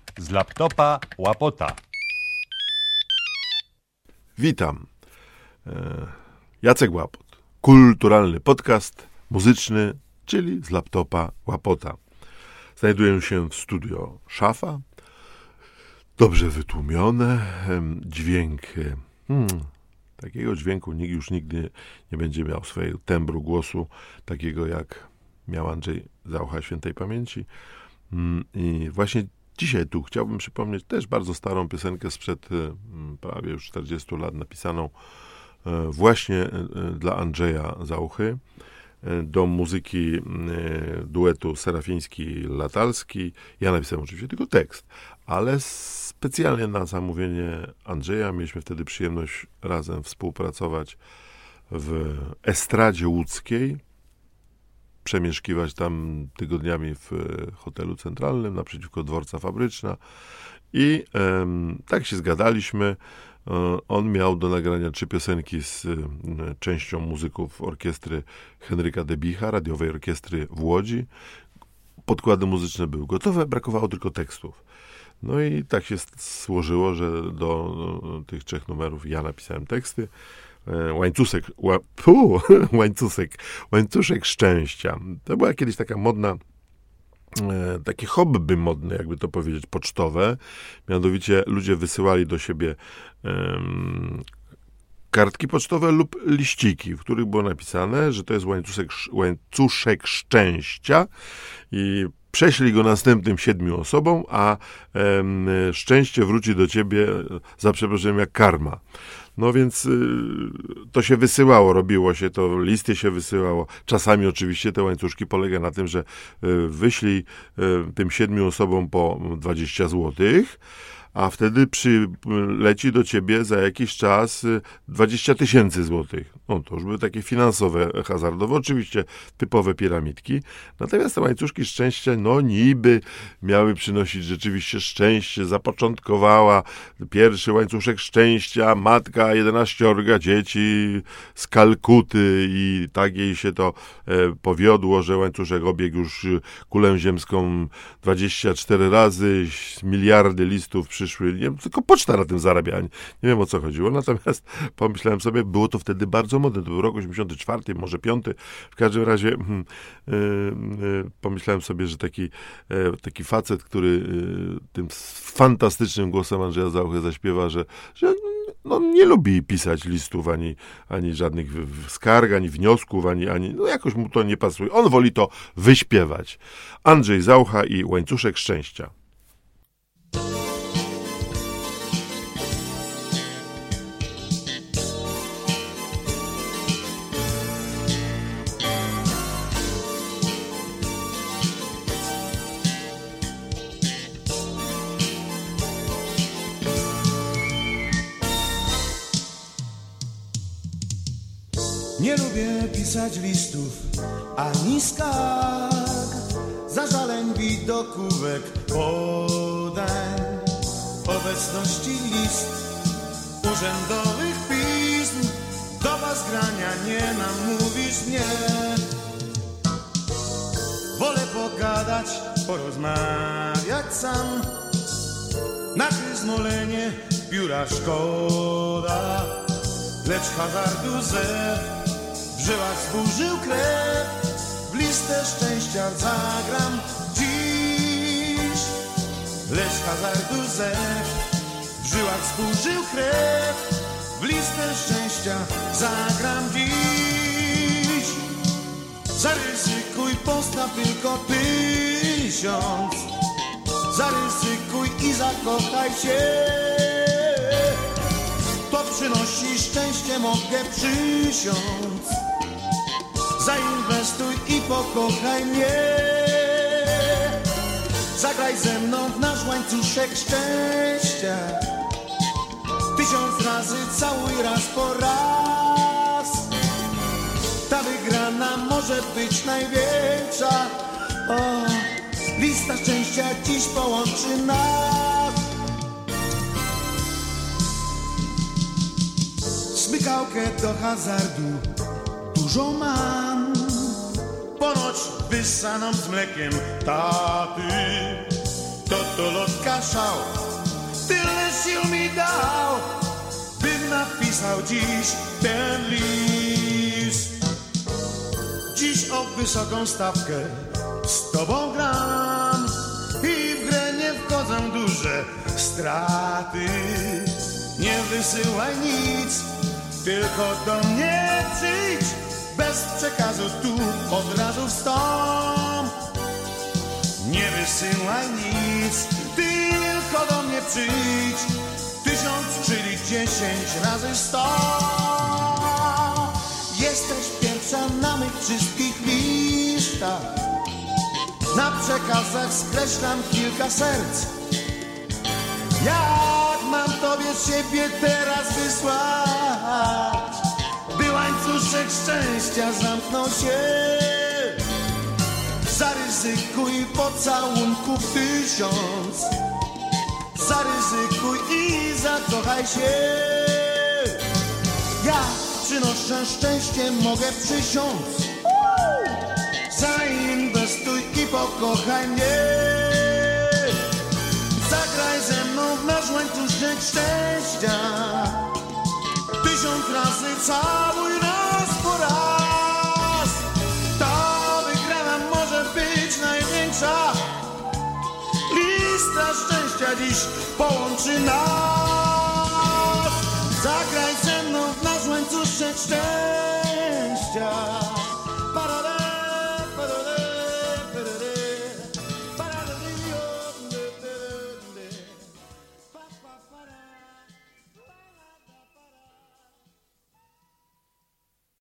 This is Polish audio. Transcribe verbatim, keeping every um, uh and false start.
Z laptopa Łapota. Witam. Jacek Łapot. Kulturalny podcast muzyczny, czyli z laptopa Łapota. Znajduję się w studio Szafa. Dobrze wytłumione. Dźwięk. Hmm, takiego dźwięku nikt już nigdy nie będzie miał swojego tembru głosu, takiego jak miał Andrzej Zaucha świętej pamięci. I właśnie dzisiaj tu chciałbym przypomnieć też bardzo starą piosenkę sprzed prawie już czterdziestu lat, napisaną właśnie dla Andrzeja Zauchy, do muzyki duetu Serafiński-Latalski. Ja napisałem oczywiście tylko tekst, ale specjalnie na zamówienie Andrzeja mieliśmy wtedy przyjemność razem współpracować w Estradzie Łódzkiej, przemieszkiwać tam tygodniami w hotelu centralnym naprzeciwko dworca Fabryczna i um, tak się zgadaliśmy. On miał do nagrania trzy piosenki z częścią muzyków orkiestry Henryka Debicha, radiowej orkiestry w Łodzi. Podkłady muzyczne były gotowe, brakowało tylko tekstów. No i tak się złożyło, że do tych trzech numerów ja napisałem teksty. Łańcuszek, ła, pu, łańcuszek, łańcuszek szczęścia. To była kiedyś taka modna, e, takie hobby modne, jakby to powiedzieć, pocztowe. Mianowicie ludzie wysyłali do siebie e, kartki pocztowe lub liściki, w których było napisane, że to jest łańcuszek, łańcuszek szczęścia i prześlij go następnym siedmiu osobom, a e, szczęście wróci do ciebie, za przeproszeniem, jak karma. No więc y, to się wysyłało, robiło się to, listy się wysyłało. Czasami oczywiście te łańcuszki polega na tym, że y, wyślij y, tym siedmiu osobom po dwadzieścia złotych, a wtedy przyleci do ciebie za jakiś czas dwadzieścia tysięcy złotych. No to już były takie finansowe, hazardowe, oczywiście typowe piramidki. Natomiast te łańcuszki szczęścia, no niby miały przynosić rzeczywiście szczęście. Zapoczątkowała pierwszy łańcuszek szczęścia matka jedenaściorga dzieci z Kalkuty i tak jej się to e, powiodło, że łańcuszek obiegł już kulę ziemską dwadzieścia cztery razy, miliardy listów przyszły, nie, tylko poczta na tym zarabia, nie, nie wiem o co chodziło, natomiast pomyślałem sobie, było to wtedy bardzo modne, to był rok osiemdziesiąty czwarty, może piąty, w każdym razie hmm, yy, yy, pomyślałem sobie, że taki, yy, taki facet, który yy, tym fantastycznym głosem Andrzeja Zauchy zaśpiewa, że, że no, nie lubi pisać listów, ani, ani żadnych skarg, ani wniosków, ani, ani, no jakoś mu to nie pasuje. On woli to wyśpiewać. Andrzej Zaucha i Łańcuszek szczęścia. Nie lubię pisać listów ani skarg, zażaleń, widokówek, podań, obecności list, urzędowych pism. Do was grania nie namówisz mnie. Wolę pogadać, porozmawiać sam. Na gryzmolenie biura szkoda, lecz hazardu zew w żyłach zburzył krew. W listę szczęścia zagram dziś, lecz hazardu zew w żyłach zburzył krew. W listę szczęścia zagram dziś. Zaryzykuj, postaw tylko tysiąc. Zaryzykuj i zakochaj się. To przynosi szczęście, mogę przysiąc. Zainwestuj i pokochaj mnie. Zagraj ze mną w nasz łańcuszek szczęścia. Tysiąc razy całuj raz po raz. Ta wygrana może być największa. O, lista szczęścia dziś połączy nas. Smykałkę do hazardu dużo mam, ponoć wyssaną z mlekiem taty. to to lotka szał. Tyle sił mi dał, bym napisał dziś ten list. Dziś o wysoką stawkę z tobą gram i w grę nie wchodzą duże straty. Nie wysyłaj nic, tylko do mnie przyjdź, bez przekazu tu od razu wstąp. Nie wysyłaj nic, tylko do mnie przyjdź, tysiąc, czyli dziesięć razy sto. Jesteś pierwsza na mych wszystkich listach, na przekazach skreślam kilka serc. Jak mam tobie siebie teraz wysłać, by łańcuszek szczęścia zamknął się? Zaryzykuj pocałunków tysiąc, zaryzykuj i zakochaj się. Ja przynoszę szczęście, mogę przysiąc. Zainwestuj i pokochaj mnie. Zagraj ze mną w nasz łańcuszek szczęścia. Tysiąc razy całuj nas po raz. Ta wygrana może być największa. Lista szczęścia dziś połączy nas. Zagraj ze mną w nasz łańcuszek szczęścia.